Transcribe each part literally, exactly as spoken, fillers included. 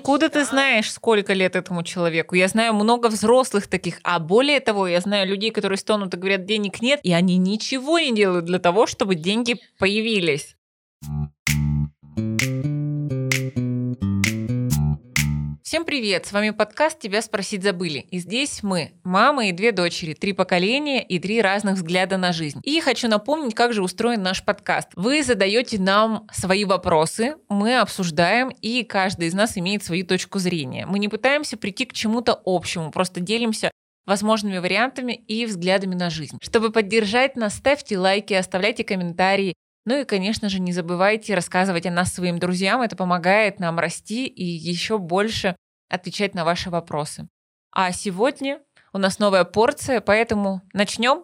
откуда ты знаешь, сколько лет этому человеку? Я знаю много взрослых таких, а более того, я знаю людей, которые стонут и говорят, денег нет, и они ничего не делают для того, чтобы деньги появились. Всем привет! С вами подкаст «Тебя спросить забыли». И здесь мы, мама и две дочери, три поколения и три разных взгляда на жизнь. И хочу напомнить, как же устроен наш подкаст. Вы задаете нам свои вопросы, мы обсуждаем, и каждый из нас имеет свою точку зрения. Мы не пытаемся прийти к чему-то общему, просто делимся возможными вариантами и взглядами на жизнь. Чтобы поддержать нас, ставьте лайки, оставляйте комментарии. Ну и, конечно же, не забывайте рассказывать о нас своим друзьям. Это помогает нам расти и еще больше отвечать на ваши вопросы. А сегодня у нас новая порция, поэтому начнем.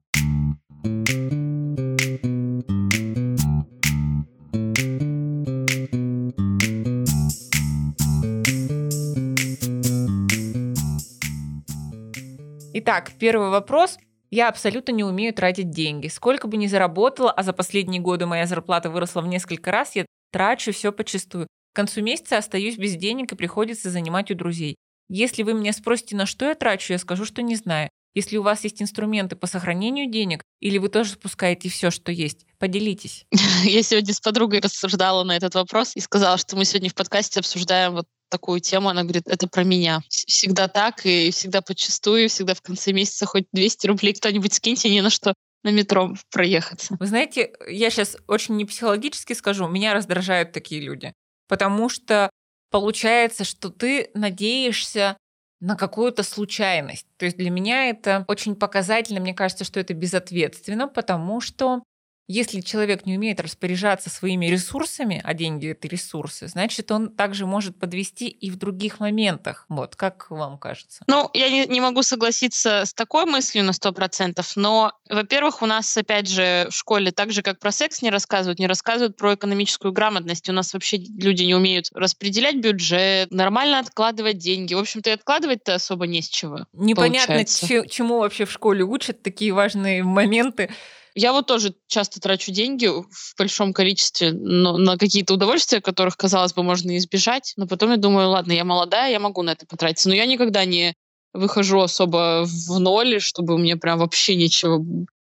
Итак, первый вопрос. Я абсолютно не умею тратить деньги. Сколько бы ни заработала, а за последние годы моя зарплата выросла в несколько раз, я трачу все подчистую. К концу месяца остаюсь без денег и приходится занимать у друзей. Если вы меня спросите, на что я трачу, я скажу, что не знаю. Если у вас есть инструменты по сохранению денег, или вы тоже спускаете все, что есть, поделитесь. Я сегодня с подругой рассуждала на этот вопрос и сказала, что мы сегодня в подкасте обсуждаем вот такую тему. Она говорит, это про меня. Всегда так, и всегда подчистую, всегда в конце месяца хоть двести рублей кто-нибудь скиньте, ни на что на метро проехаться. Вы знаете, я сейчас очень не психологически скажу, меня раздражают такие люди. Потому что получается, что ты надеешься на какую-то случайность. То есть для меня это очень показательно. Мне кажется, что это безответственно, потому что если человек не умеет распоряжаться своими ресурсами, а деньги — это ресурсы, значит, он также может подвести и в других моментах. Вот, как вам кажется? Ну, я не, не могу согласиться с такой мыслью на сто процентов, но, во-первых, у нас, опять же, в школе так же, как про секс не рассказывают, не рассказывают про экономическую грамотность. У нас вообще люди не умеют распределять бюджет, нормально откладывать деньги. В общем-то, и откладывать-то особо не с чего. Непонятно, получается. че- чему вообще в школе учат такие важные моменты. Я вот тоже часто трачу деньги в большом количестве но на какие-то удовольствия, которых, казалось бы, можно избежать. Но потом я думаю, ладно, я молодая, я могу на это потратиться. Но я никогда не выхожу особо в ноль, чтобы у меня прям вообще ничего,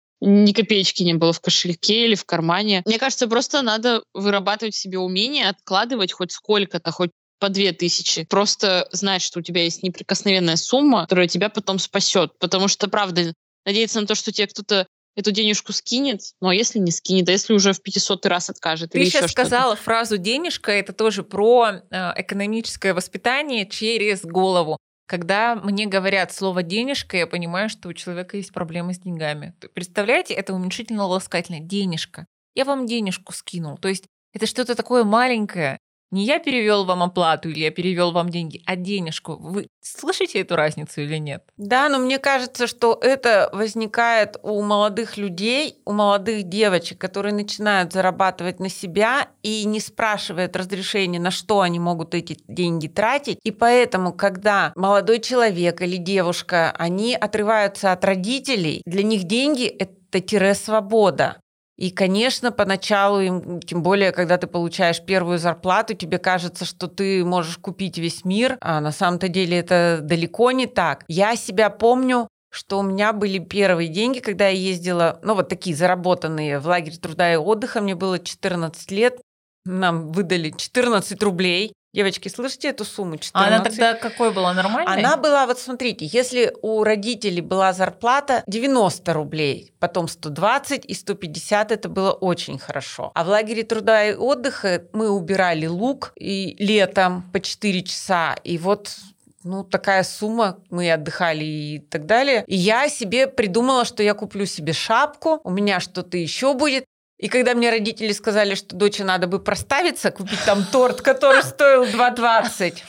ни копеечки не было в кошельке или в кармане. Мне кажется, просто надо вырабатывать в себе умение откладывать хоть сколько-то, хоть по две тысячи. Просто знать, что у тебя есть неприкосновенная сумма, которая тебя потом спасет. Потому что, правда, надеяться на то, что тебе кто-то эту денежку скинет, но если не скинет, а если уже в пятисотый раз откажет Ты или сейчас еще сказала что-то. фразу «денежка», это тоже про э, экономическое воспитание через голову. Когда мне говорят слово «денежка», я понимаю, что у человека есть проблемы с деньгами. Представляете, это уменьшительно-ласкательное «денежка». Я вам денежку скинул. То есть это что-то такое маленькое. Не я перевел вам оплату или я перевел вам деньги, а денежку. Вы слышите эту разницу или нет? Да, но мне кажется, что это возникает у молодых людей, у молодых девочек, которые начинают зарабатывать на себя и не спрашивают разрешения, на что они могут эти деньги тратить. И поэтому, когда молодой человек или девушка, они отрываются от родителей, для них деньги – это тире-свобода. И, конечно, поначалу им, тем более, когда ты получаешь первую зарплату, тебе кажется, что ты можешь купить весь мир, а на самом-то деле это далеко не так. Я себя помню, что у меня были первые деньги, когда я ездила, ну вот такие заработанные, в лагерь труда и отдыха, мне было четырнадцать лет, нам выдали четырнадцать рублей. Девочки, слышите эту сумму? четырнадцать? А она тогда какой была, нормальной? Она была, вот смотрите, если у родителей была зарплата девяносто рублей, потом сто двадцать и сто пятьдесят, это было очень хорошо. А в лагере труда и отдыха мы убирали луг и летом по четыре часа, и вот... Ну, такая сумма, мы отдыхали и так далее. И я себе придумала, что я куплю себе шапку, у меня что-то еще будет. И когда мне родители сказали, что доче надо бы проставиться, купить там торт, который стоил два двадцать,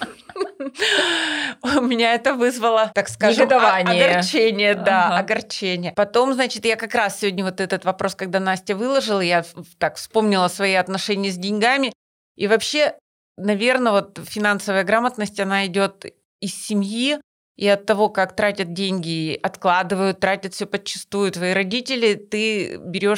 у меня это вызвало, так скажем, негодование. Огорчение, да, ага. огорчение. Потом, значит, я как раз сегодня вот этот вопрос, когда Настя выложила, я так вспомнила свои отношения с деньгами. И вообще, наверное, вот финансовая грамотность, она идет из семьи, и от того, как тратят деньги, откладывают, тратят все подчистую твои родители, ты берешь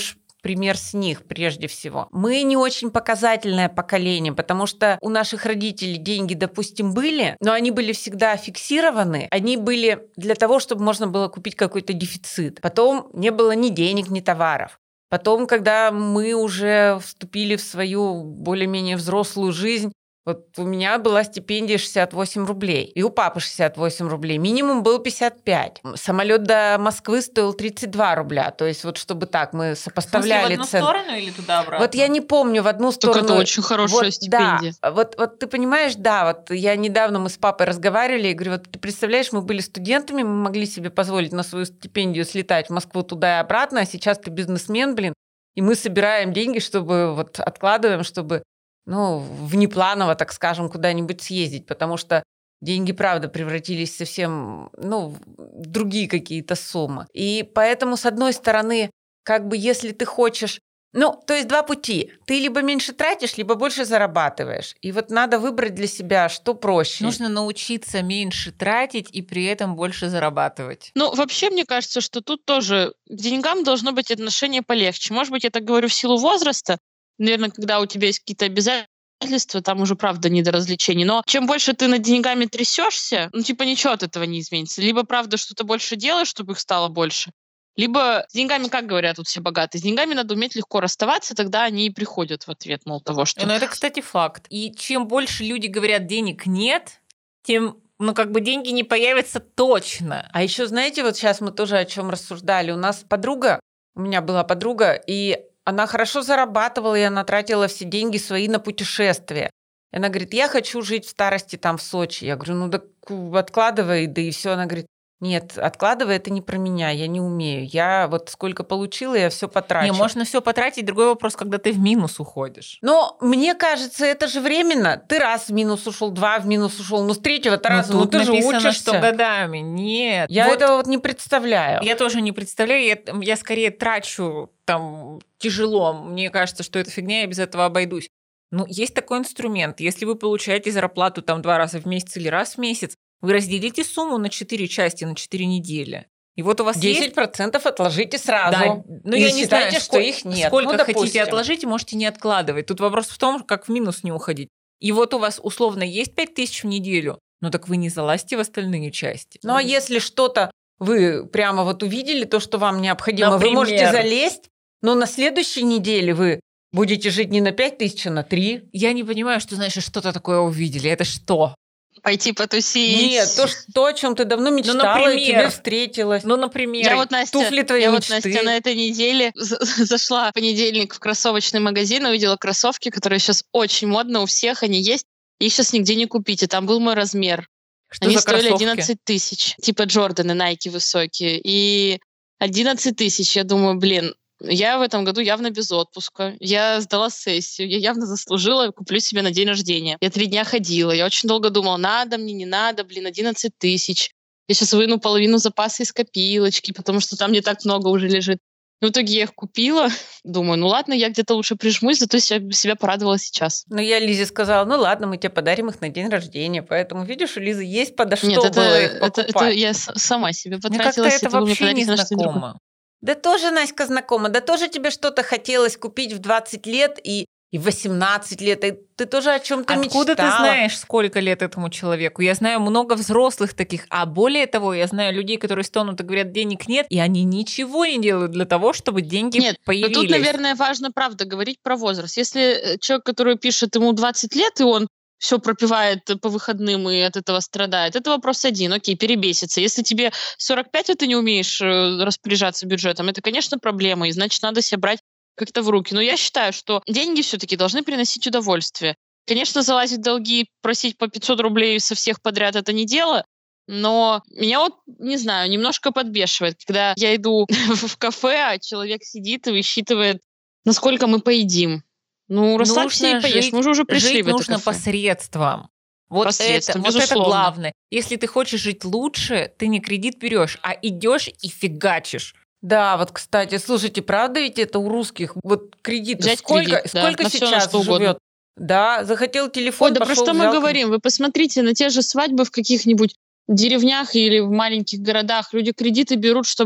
пример с них прежде всего. Мы не очень показательное поколение, потому что у наших родителей деньги, допустим, были, но они были всегда фиксированы. Они были для того, чтобы можно было купить какой-то дефицит. Потом не было ни денег, ни товаров. Потом, когда мы уже вступили в свою более-менее взрослую жизнь, вот у меня была стипендия шестьдесят восемь рублей, и у папы шестьдесят восемь рублей. Минимум был пятьдесят пять. Самолет до Москвы стоил тридцать два рубля. То есть вот чтобы так мы сопоставляли... В смысле, в одну цены. сторону или туда-обратно? Вот я не помню, в одну сторону... Так это очень хорошая вот, стипендия. Да, вот, вот ты понимаешь, да, вот я недавно мы с папой разговаривали, и говорю, вот ты представляешь, мы были студентами, мы могли себе позволить на свою стипендию слетать в Москву туда и обратно, а сейчас ты бизнесмен, блин, и мы собираем деньги, чтобы вот откладываем, чтобы... ну, внепланово, так скажем, куда-нибудь съездить, потому что деньги, правда, превратились совсем, ну, в другие какие-то суммы. И поэтому, с одной стороны, как бы, если ты хочешь... Ну, то есть два пути. Ты либо меньше тратишь, либо больше зарабатываешь. И вот надо выбрать для себя, что проще. Нужно научиться меньше тратить и при этом больше зарабатывать. Ну, вообще, мне кажется, что тут тоже к деньгам должно быть отношение полегче. Может быть, я так говорю в силу возраста, наверное, когда у тебя есть какие-то обязательства, там уже, правда, не до развлечений. Но чем больше ты над деньгами трясешься, ну, типа, ничего от этого не изменится. Либо, правда, что-то больше делаешь, чтобы их стало больше. Либо с деньгами, как говорят тут все богатые, с деньгами надо уметь легко расставаться, тогда они и приходят в ответ, мол, того, что... Ну, это, кстати, факт. И чем больше люди говорят, денег нет, тем, ну, как бы деньги не появятся точно. А еще, знаете, вот сейчас мы тоже о чем рассуждали. У нас подруга, у меня была подруга, и она хорошо зарабатывала, и она тратила все деньги свои на путешествия. И она говорит, я хочу жить в старости там в Сочи. Я говорю, ну так откладывай, да и все. Она говорит, нет, откладывай, это не про меня, я не умею. Я вот сколько получила, я все потрачу. Не, можно все потратить. Другой вопрос, когда ты в минус уходишь. Но мне кажется, это же временно. Ты раз в минус ушел, два в минус ушел, ну с третьего-то раза, ну ты же учишься. Что годами. Нет. Я вот этого вот не представляю. Я тоже не представляю. Я, я скорее трачу там тяжело. Мне кажется, что это фигня, я без этого обойдусь. Ну, есть такой инструмент. Если вы получаете зарплату там два раза в месяц или раз в месяц, вы разделите сумму на четыре части, на четыре недели. И вот у вас десять процентов есть... отложите сразу. Да, ну, я не считайте, знаю, что их нет. Сколько ну, хотите отложить, можете не откладывать. Тут вопрос в том, как в минус не уходить. И вот у вас условно есть пять тысяч в неделю, ну так вы не залазьте в остальные части. Ну а если что-то вы прямо вот увидели, то, что вам необходимо, Например? Вы можете залезть, но на следующей неделе вы будете жить не на пять тысяч, а на три. Я не понимаю, что значит что-то такое увидели. Это что? Пойти потусить. Нет, то, то, о чем ты давно мечтала, ну, и тебе встретилось. Ну, например, я вот, Настя, туфли твои я мечты. вот, Настя, на этой неделе зашла в понедельник в кроссовочный магазин, увидела кроссовки, которые сейчас очень модно у всех, они есть. Их сейчас нигде не купить, и там был мой размер. Что они за стоили кроссовки? одиннадцать тысяч. Типа Джорданы, Найки высокие. И одиннадцать тысяч. Я думаю, блин, я в этом году явно без отпуска. Я сдала сессию. Я явно заслужила, куплю себе на день рождения. Я три дня ходила. Я очень долго думала, надо мне, не надо, блин, одиннадцать тысяч. Я сейчас выну половину запаса из копилочки, потому что там не так много уже лежит. В итоге я их купила. Думаю, ну ладно, я где-то лучше прижмусь, зато себя, себя порадовала сейчас. Ну, я Лизе сказала, ну ладно, мы тебе подарим их на день рождения. Поэтому, видишь, у Лизы есть подо что Нет, это, было их покупать. это, это я сама себе потратила. Мне как-то это вообще не знакомо. Да тоже, Наська, знакома. Да тоже тебе что-то хотелось купить в двадцать лет и, и в восемнадцать лет. И ты тоже о чем-то мечтала. Откуда ты знаешь, сколько лет этому человеку? Я знаю много взрослых таких. А более того, я знаю людей, которые стонут и говорят, денег нет, и они ничего не делают для того, чтобы деньги нет, появились. Нет, тут, наверное, важно, правда, говорить про возраст. Если человек, который пишет, ему двадцать лет, и он все пропивает по выходным и от этого страдает. Это вопрос один. Окей, перебесится. Если тебе сорок пять, а ты не умеешь распоряжаться бюджетом, это, конечно, проблема, и значит, надо себя брать как-то в руки. Но я считаю, что деньги все-таки должны приносить удовольствие. Конечно, залазить в долги, просить по пятьсот рублей со всех подряд — это не дело, но меня вот, не знаю, немножко подбешивает, когда я иду в кафе, а человек сидит и высчитывает, насколько мы поедим. Ну, расслабься и поешь. Жить, Мы же уже пришли жить в это нужно кафе. посредством. Вот, посредством, это, вот это главное. Если ты хочешь жить лучше, ты не кредит берешь, а идешь и фигачишь. Да, вот, кстати, слушайте, правда ведь это у русских вот кредиты взять сколько, кредит, сколько да, сейчас живет? Да, захотел телефон, Ой, да пошел, про что мы взял... говорим? Вы посмотрите на те же свадьбы в каких-нибудь деревнях или в маленьких городах. Люди кредиты берут, чтобы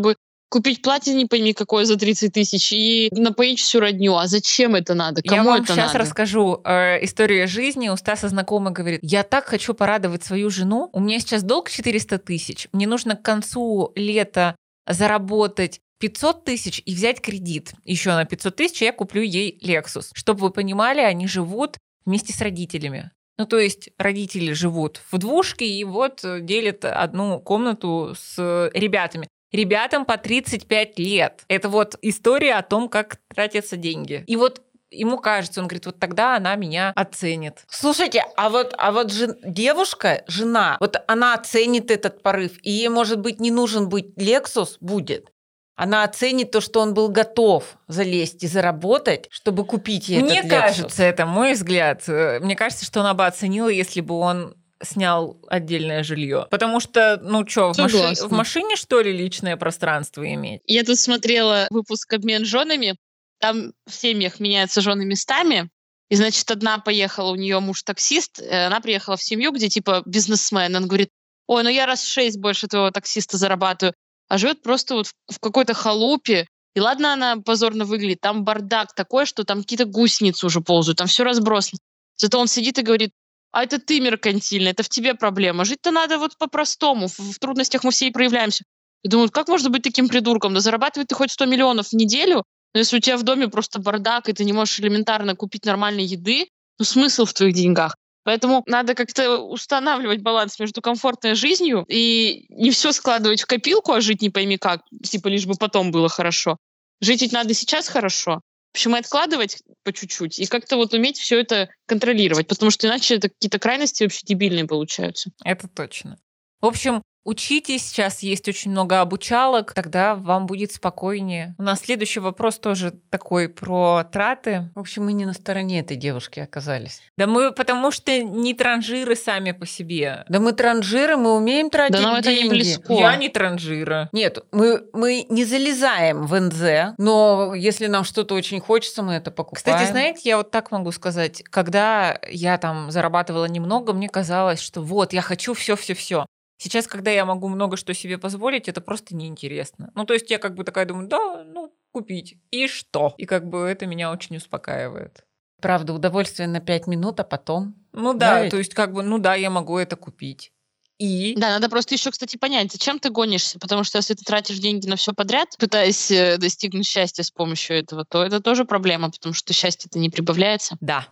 купить платье не пойми какое за тридцать тысяч и напоить всю родню. А зачем это надо? Кому я вам это сейчас надо? расскажу э, историю жизни. У Стаса знакомый говорит, я так хочу порадовать свою жену. У меня сейчас долг четыреста тысяч. Мне нужно к концу лета заработать пятьсот тысяч и взять кредит еще на пятьсот тысяч, и я куплю ей Lexus. Чтобы вы понимали, они живут вместе с родителями. Ну, то есть родители живут в двушке и вот делят одну комнату с ребятами. Ребятам по тридцать пять лет. Это вот история о том, как тратятся деньги. И вот ему кажется, он говорит, вот тогда она меня оценит. Слушайте, а вот, а вот жен, девушка, жена, вот она оценит этот порыв, и ей, может быть, не нужен быть Lexus будет. Она оценит то, что он был готов залезть и заработать, чтобы купить ей Мне этот кажется, Lexus. это мой взгляд. Мне кажется, что она бы оценила, если бы он снял отдельное жилье. Потому что, ну что, в, маши... в машине, что ли, личное пространство иметь? Я тут смотрела выпуск «Обмен женами». Там в семьях меняются жены местами. И, значит, одна поехала, у нее муж таксист, она приехала в семью, где типа бизнесмен. Он говорит, ой, ну я раз в шесть больше твоего таксиста зарабатываю. А живет просто вот в какой-то халупе. И ладно, она позорно выглядит. Там бардак такой, что там какие-то гусеницы уже ползают, там все разбросано. Зато он сидит и говорит, а это ты меркантильный, это в тебе проблема. Жить-то надо вот по-простому. В, в трудностях мы все и проявляемся. И думают, как можно быть таким придурком? Да зарабатывать ты хоть сто миллионов в неделю, но если у тебя в доме просто бардак, и ты не можешь элементарно купить нормальной еды, ну смысл в твоих деньгах? Поэтому надо как-то устанавливать баланс между комфортной жизнью и не все складывать в копилку, а жить не пойми как, типа лишь бы потом было хорошо. Жить ведь надо сейчас хорошо. В общем, и откладывать по чуть-чуть и как-то вот уметь все это контролировать, потому что иначе это какие-то крайности вообще дебильные получаются. Это точно. В общем, учитесь, сейчас есть очень много обучалок, тогда вам будет спокойнее. У нас следующий вопрос тоже такой про траты. В общем, мы не на стороне этой девушки оказались. Да мы, потому что не транжиры сами по себе. Да мы транжиры, мы умеем тратить да нам деньги. Это не близко. Я не транжира. Нет, мы, мы не залезаем в эн зэ, но если нам что-то очень хочется, мы это покупаем. Кстати, знаете, я вот так могу сказать, когда я там зарабатывала немного, мне казалось, что вот, я хочу все-все-все. Сейчас, когда я могу много что себе позволить, это просто неинтересно. Ну, то есть я как бы такая думаю, да, ну, купить. И что? И как бы это меня очень успокаивает. Правда, удовольствие на пять минут, а потом... Ну да, да, то есть как бы, ну да, я могу это купить. И... Да, надо просто еще, кстати, понять, зачем ты гонишься, потому что если ты тратишь деньги на все подряд, пытаясь достигнуть счастья с помощью этого, то это тоже проблема, потому что счастье-то не прибавляется. Да.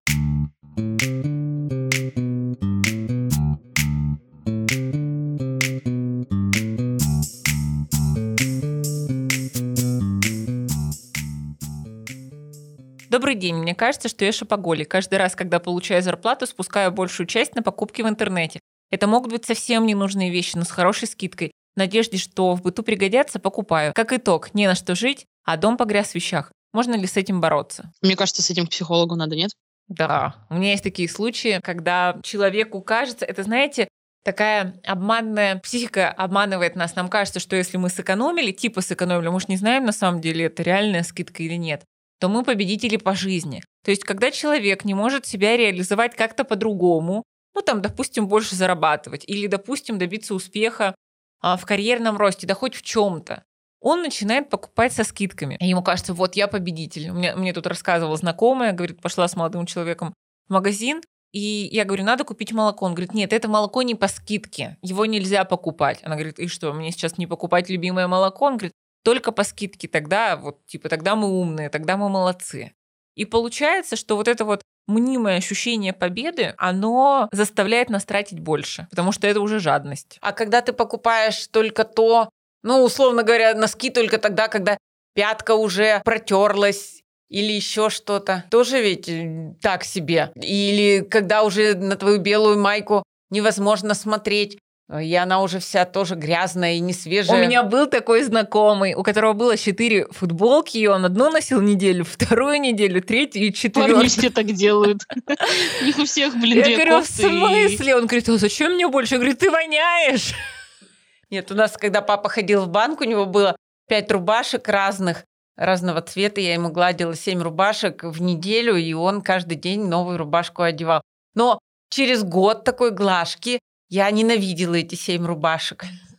Добрый день. Мне кажется, что я шопоголик. Каждый раз, когда получаю зарплату, спускаю большую часть на покупки в интернете. Это могут быть совсем ненужные вещи, но с хорошей скидкой. В надежде, что в быту пригодятся, покупаю. Как итог, не на что жить, а дом погряз в вещах. Можно ли с этим бороться? Мне кажется, с этим к психологу надо, нет? Да. У меня есть такие случаи, когда человеку кажется, это, знаете, такая обманная психика обманывает нас. Нам кажется, что если мы сэкономили, типа сэкономили, мы же не знаем на самом деле, это реальная скидка или нет, то мы победители по жизни. То есть, когда человек не может себя реализовать как-то по-другому, ну, там, допустим, больше зарабатывать или, допустим, добиться успеха а, в карьерном росте, да хоть в чем-то, он начинает покупать со скидками. И ему кажется, вот я победитель. Мне, мне тут рассказывала знакомая, говорит, пошла с молодым человеком в магазин, и я говорю, надо купить молоко. Он говорит, нет, это молоко не по скидке, его нельзя покупать. Она говорит, и что, мне сейчас не покупать любимое молоко? Он говорит, только по скидке, тогда вот, типа, тогда мы умные, тогда мы молодцы. И получается, что вот это вот мнимое ощущение победы, оно заставляет нас тратить больше, потому что это уже жадность. А когда ты покупаешь только то, ну, условно говоря, носки только тогда, когда пятка уже протерлась или еще что-то, тоже ведь так себе. Или когда уже на твою белую майку невозможно смотреть, и она уже вся тоже грязная и не свежая. У меня был такой знакомый, у которого было четыре футболки, и он одну носил неделю, вторую неделю, третью и четвертую. Парни все так делают. У них у всех, блин, две кофты. Я говорю, в смысле? Он говорит, а зачем мне больше? Я говорю, ты воняешь. Нет, у нас, когда папа ходил в банк, у него было пять рубашек разных, разного цвета. Я ему гладила семь рубашек в неделю, и он каждый день новую рубашку одевал. Но через год такой глажки я ненавидела эти семь рубашек.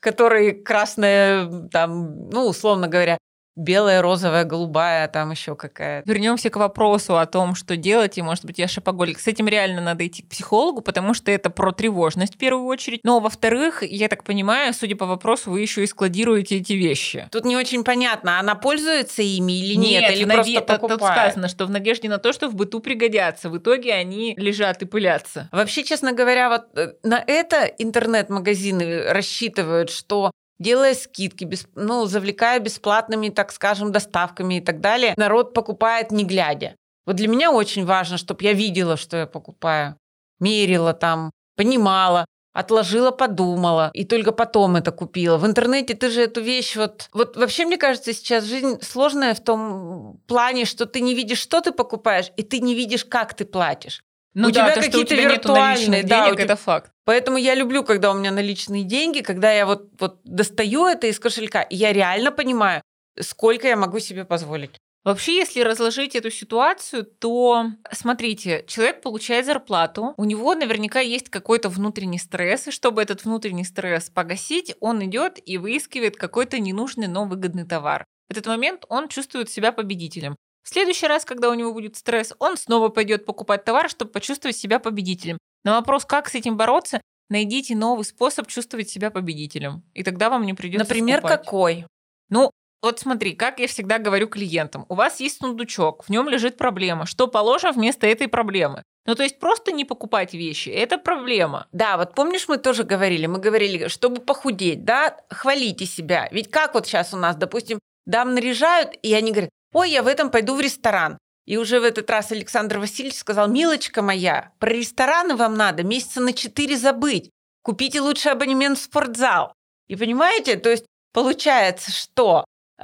которые красная, там, ну, условно говоря, белая, розовая, голубая, там еще какая-то. Вернемся к вопросу о том, что делать, и, может быть, я шопоголик. С этим реально надо идти к психологу, потому что это про тревожность в первую очередь. Но, во-вторых, я так понимаю, судя по вопросу, вы еще и складируете эти вещи. Тут не очень понятно, она пользуется ими или нет, нет или в просто наде... покупает. Тут сказано, что в надежде на то, что в быту пригодятся. В итоге они лежат и пылятся. Вообще, честно говоря, вот на это интернет-магазины рассчитывают, что делая скидки, без, ну, завлекая бесплатными, так скажем, доставками и так далее, народ покупает не глядя. Вот для меня очень важно, чтобы я видела, что я покупаю, мерила там, понимала, отложила, подумала, и только потом это купила. В интернете ты же эту вещь вот... Вот вообще, мне кажется, сейчас жизнь сложная в том плане, что ты не видишь, что ты покупаешь, и ты не видишь, как ты платишь. Ну у да, тебя то, что у какие-то тебя нету наличных виртуальные, да, денег, у тебя- это факт. Поэтому я люблю, когда у меня наличные деньги, когда я вот, вот достаю это из кошелька, и я реально понимаю, сколько я могу себе позволить. Вообще, если разложить эту ситуацию, то, смотрите, человек получает зарплату, у него наверняка есть какой-то внутренний стресс, и чтобы этот внутренний стресс погасить, он идет и выискивает какой-то ненужный, но выгодный товар. В этот момент он чувствует себя победителем. В следующий раз, когда у него будет стресс, он снова пойдет покупать товар, чтобы почувствовать себя победителем. На вопрос, как с этим бороться, найдите новый способ чувствовать себя победителем. И тогда вам не придется Например, скупать. какой? Ну, вот смотри, как я всегда говорю клиентам. У вас есть сундучок, в нем лежит проблема. Что положим вместо этой проблемы? Ну, то есть просто не покупать вещи – это проблема. Да, вот помнишь, мы тоже говорили, мы говорили, чтобы похудеть, да, хвалите себя. Ведь как вот сейчас у нас, допустим, дам наряжают, и они говорят, ой, я в этом пойду в ресторан. И уже в этот раз Александр Васильевич сказал, милочка моя, про рестораны вам надо месяца на четыре забыть. Купите лучше абонемент в спортзал. И понимаете, то есть получается, что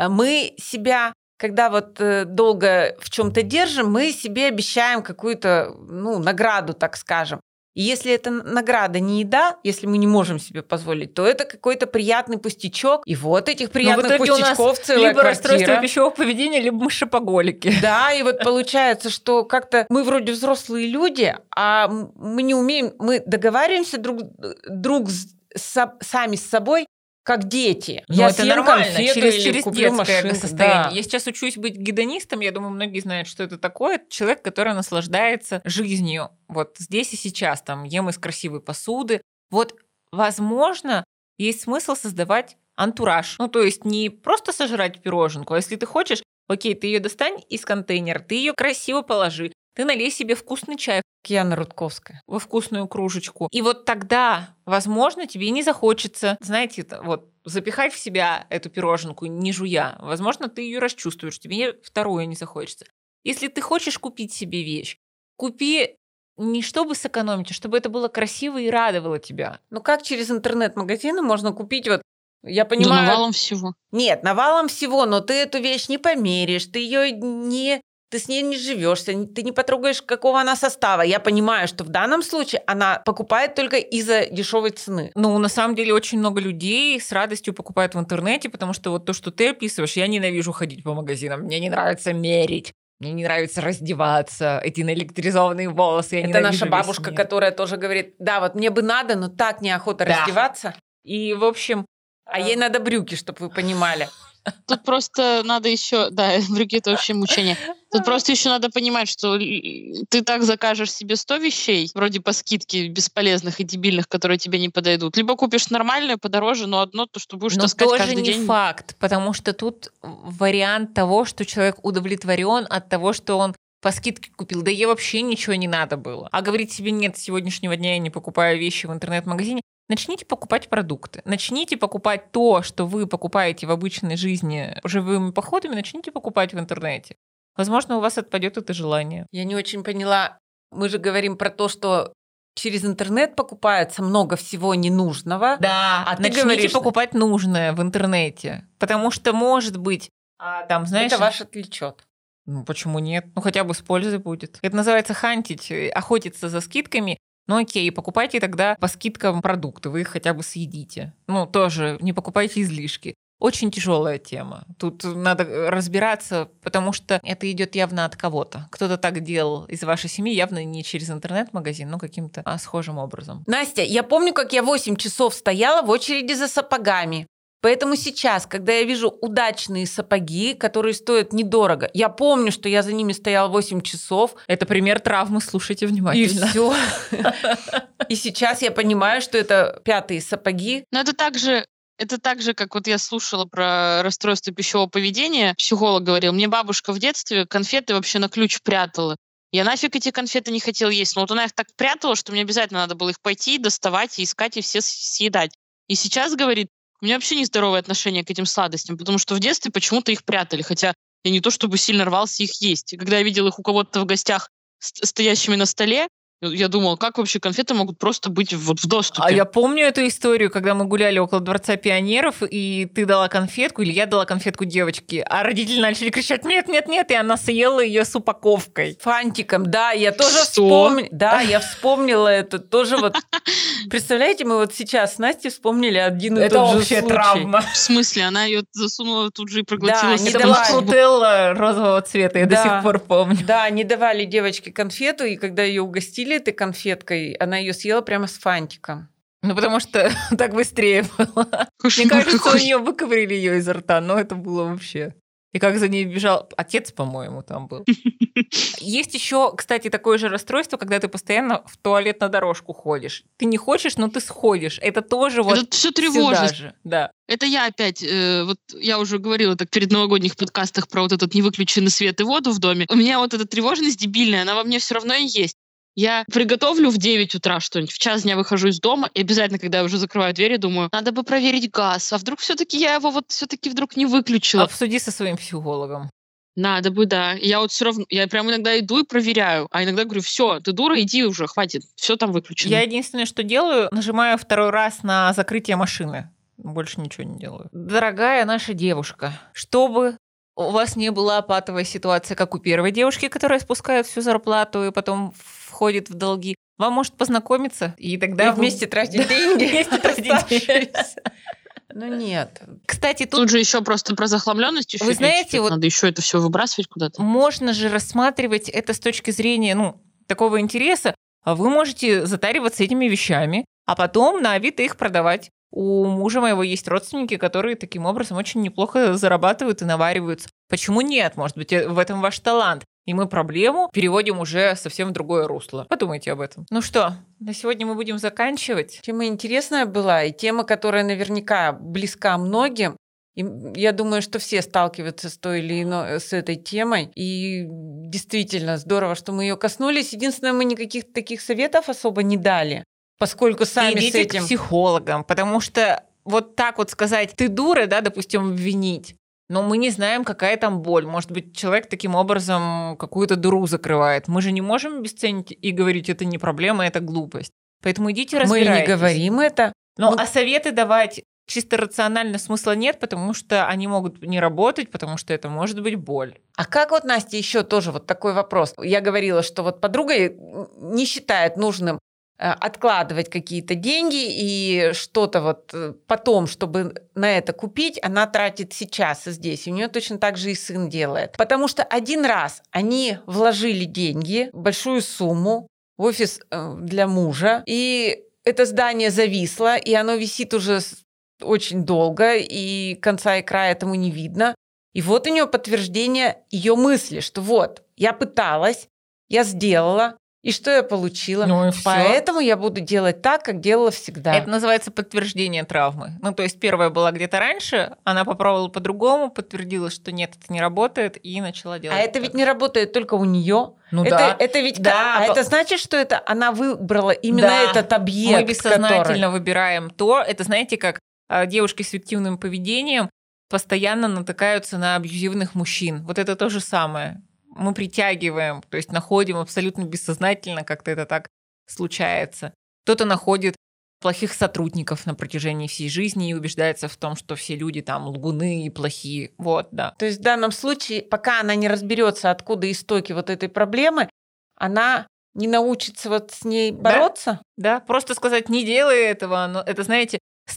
мы себя, когда вот долго в чем-то держим, мы себе обещаем какую-то, ну, награду, так скажем. И если эта награда не еда, если мы не можем себе позволить, то это какой-то приятный пустячок. И вот этих приятных пустячков целая либо квартира. расстройство пищевого поведения, либо мы шопоголики. Да, и вот получается, что как-то мы вроде взрослые люди, а мы не умеем, мы договариваемся друг, друг с, с, сами с собой, как дети. Но я это съем нормально, конфету через, или через куплю детское машинку. состояние. Да. Я сейчас учусь быть гедонистом, я думаю, многие знают, что это такое. Это человек, который наслаждается жизнью. Вот здесь и сейчас, там, ем из красивой посуды. Вот, возможно, есть смысл создавать антураж. Ну, то есть не просто сожрать пироженку, а если ты хочешь, окей, ты ее достань из контейнера, ты ее красиво положи, ты налей себе вкусный чай Киана Рудковская. во вкусную кружечку. И вот тогда, возможно, тебе не захочется, знаете, вот запихать в себя эту пироженку, не жуя. Возможно, ты ее расчувствуешь, тебе второе не захочется. Если ты хочешь купить себе вещь, купи не чтобы сэкономить, а чтобы это было красиво и радовало тебя. Ну как через интернет-магазины можно купить вот, я Да понимаю... навалом всего. Нет, навалом всего, но ты эту вещь не померишь, ты ее не... Ты с ней не живешь, ты не потрогаешь, какого она состава. Я понимаю, что в данном случае она покупает только из-за дешевой цены. Ну, на самом деле, очень много людей с радостью покупают в интернете, потому что вот то, что ты описываешь, я ненавижу ходить по магазинам, мне не нравится мерить, мне не нравится раздеваться, эти наэлектризованные волосы, я Это ненавижу наша весь бабушка, мир. которая тоже говорит, да, вот мне бы надо, но так неохота Да. раздеваться. И, в общем... А ей надо брюки, чтобы вы понимали. Тут просто надо еще, да, брюки это вообще мучение. Тут просто еще надо понимать, что ты так закажешь себе сто вещей, вроде по скидке бесполезных и дебильных, которые тебе не подойдут. Либо купишь нормальное подороже, но одно, то, что будешь Но таскать тоже каждый не день. факт, потому что тут вариант того, что человек удовлетворен от того, что он по скидке купил. Да ей вообще ничего не надо было. А говорить себе, нет, с сегодняшнего дня я не покупаю вещи в интернет-магазине. Начните покупать продукты. Начните покупать то, что вы покупаете в обычной жизни живыми походами, начните покупать в интернете. Возможно, у вас отпадет это желание. Я не очень поняла. Мы же говорим про то, что через интернет покупается много всего ненужного. Да, а ты начните говоришь... покупать нужное в интернете. Потому что, может быть, а, там, знаешь... Это ваш отвлечет. Ну, почему нет? Ну, хотя бы с пользой будет. Это называется хантить, охотиться за скидками. Ну, окей, покупайте тогда по скидкам продукты, вы их хотя бы съедите. Ну, тоже не покупайте излишки. очень тяжелая тема. Тут надо разбираться, потому что это идет явно от кого-то. Кто-то так делал из вашей семьи, явно не через интернет-магазин, но каким-то а, схожим образом. Настя, я помню, как я восемь часов стояла в очереди за сапогами. Поэтому сейчас, когда я вижу удачные сапоги, которые стоят недорого, я помню, что я за ними стояла восемь часов. Это пример травмы, слушайте внимательно. И все. И сейчас я понимаю, что это пятые сапоги. Но это также... Это так же, как вот я слушала про расстройство пищевого поведения. Психолог говорил, мне бабушка в детстве конфеты вообще на ключ прятала. Я нафиг эти конфеты не хотела есть. Но вот она их так прятала, что мне обязательно надо было их пойти, доставать, и искать, и все съедать. И сейчас, говорит, у меня вообще нездоровое отношение к этим сладостям, потому что в детстве почему-то их прятали. Хотя я не то чтобы сильно рвался их есть. И когда я видел их у кого-то в гостях стоящими на столе, я думала, как вообще конфеты могут просто быть вот в доступе? А я помню эту историю, когда мы гуляли около Дворца пионеров, и ты дала конфетку, или я дала конфетку девочке, а родители начали кричать «нет, нет, нет», и она съела ее с упаковкой. Фантиком, да, я тоже Что? вспомнила. Да, я вспомнила это тоже вот. Представляете, мы вот сейчас с Настей вспомнили один и Это тот же общая случай. травма. В смысле? Она ее засунула тут же и проглотила. Да, не Это давай. была фрутелла розового цвета, я Да. до сих пор помню. Да, не давали девочке конфету, и когда ее угостили этой конфеткой, она ее съела прямо с фантиком. Ну, потому что так быстрее было. Мне кажется, у нее выковырили ее изо рта, но это было вообще... И как за ней бежал отец, по-моему, там был. Есть еще, кстати, такое же расстройство, когда ты постоянно в туалет на дорожку ходишь. Ты не хочешь, но ты сходишь. Это тоже вот Это все сюда тревожность. же. Да. Это я опять, э, вот я уже говорила так перед новогодних подкастах про вот этот невыключенный свет и воду в доме. У меня вот эта тревожность дебильная, она во мне все равно и есть. Я приготовлю в девять утра что-нибудь, в час дня выхожу из дома, и обязательно, когда я уже закрываю дверь, я думаю, надо бы проверить газ, а вдруг все-таки я его вот все-таки вдруг не выключила. Обсуди со своим психологом. Надо бы, да. И я вот все равно, я прям иногда иду и проверяю, а иногда говорю, все, ты дура, иди уже, хватит, все там выключено. Я единственное, что делаю, нажимаю второй раз на закрытие машины. Больше ничего не делаю. Дорогая наша девушка, чтобы у вас не была патовая ситуация, как у первой девушки, которая спускает всю зарплату и потом входит в долги, вам может познакомиться, и тогда И вы- вместе тратить Да, деньги. вместе тратить деньги. оставшиеся. Ну нет. Кстати, тут Тут же еще просто про захламленность еще Вы речь знаете, идет. вот- Надо еще это все выбрасывать куда-то. можно же рассматривать это с точки зрения, ну, такого интереса. А Вы можете затариваться этими вещами, а потом на Авито их продавать. У мужа моего есть родственники, которые таким образом очень неплохо зарабатывают и навариваются. Почему нет? Может быть, э, в этом ваш талант. И мы проблему переводим уже совсем в другое русло. Подумайте об этом. Ну что, на сегодня мы будем заканчивать. Тема интересная была, и тема, которая наверняка близка многим. И я думаю, что все сталкиваются с той или иной с этой темой. И действительно здорово, что мы ее коснулись. Единственное, мы никаких таких советов особо не дали, поскольку сами Идите с этим... к психологам, потому что вот так вот сказать, ты дура, да, допустим, обвинить, но мы не знаем, какая там боль. Может быть, человек таким образом какую-то дыру закрывает. Мы же не можем обесценить и говорить, это не проблема, это глупость. Поэтому идите Мы разбирайтесь. не говорим это. Но Ну- а советы давать чисто рационально смысла нет, потому что они могут не работать, потому что это может быть боль. А как вот, Настя, еще тоже вот такой вопрос. Я говорила, что вот подруга не считает нужным э, откладывать какие-то деньги и что-то вот э, потом, чтобы на это купить, она тратит сейчас и здесь. У нее точно так же и сын делает. Потому что один раз они вложили деньги, большую сумму, в офис э, для мужа, и это здание зависло, и оно висит уже с- очень долго, и конца и края этому не видно. И вот у нее подтверждение ее мысли, что вот, я пыталась, я сделала, и что я получила. Ну и всё. Поэтому я буду делать так, как делала всегда. Это называется подтверждение травмы. Ну, то есть первая была где-то раньше, она попробовала по-другому, подтвердила, что нет, это не работает, и начала делать. А это так. ведь не работает только у нее. Ну это, да. это ведь Да, а по- это значит, что это она выбрала именно Да. этот объект, Мы бессознательно который... выбираем то. Это, знаете, как а, девушки с фиктивным поведением постоянно натыкаются на абьюзивных мужчин. Вот это то же самое. Мы притягиваем, то есть находим абсолютно бессознательно, как-то это так случается. Кто-то находит плохих сотрудников на протяжении всей жизни и убеждается в том, что все люди там лгуны и плохие. Вот, да. То есть в данном случае, пока она не разберется, откуда истоки вот этой проблемы, она не научится вот с ней бороться. Да, просто сказать, не делай этого, но это, знаете, с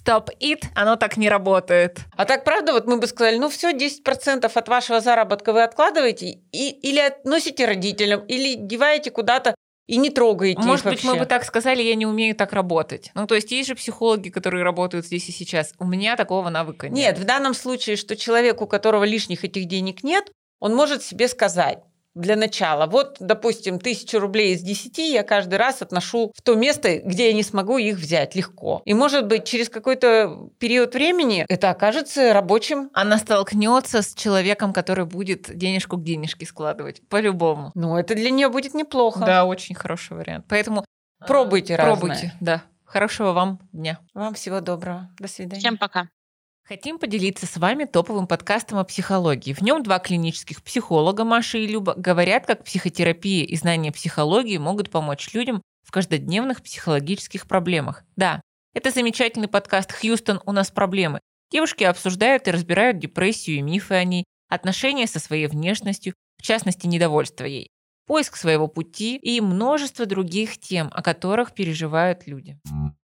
stop it, оно так не работает. А так, правда, вот мы бы сказали, ну все, десять процентов от вашего заработка вы откладываете и, или относите родителям, или деваете куда-то и не трогаете Может их быть, вообще. мы бы так сказали, я не умею так работать. Ну, то есть есть же психологи, которые работают здесь и сейчас. У меня такого навыка нет. Нет, в данном случае, что человек, у которого лишних этих денег нет, он может себе сказать для начала, вот, допустим, тысячу рублей из десяти я каждый раз отношу в то место, где я не смогу их взять легко. И, может быть, через какой-то период времени это окажется рабочим. Она столкнется с человеком, который будет денежку к денежке складывать. По-любому. Ну, это для нее будет неплохо. Да, очень хороший вариант. Поэтому Пробуйте разное. Пробуйте, да. Хорошего вам дня. Вам всего доброго. До свидания. Всем пока. Хотим поделиться с вами топовым подкастом о психологии. В нем два клинических психолога, Маша и Люба, говорят, как психотерапия и знания психологии могут помочь людям в каждодневных психологических проблемах. Да, это замечательный подкаст «Хьюстон, у нас проблемы». Девушки обсуждают и разбирают депрессию и мифы о ней, отношения со своей внешностью, в частности, недовольство ей, поиск своего пути и множество других тем, о которых переживают люди.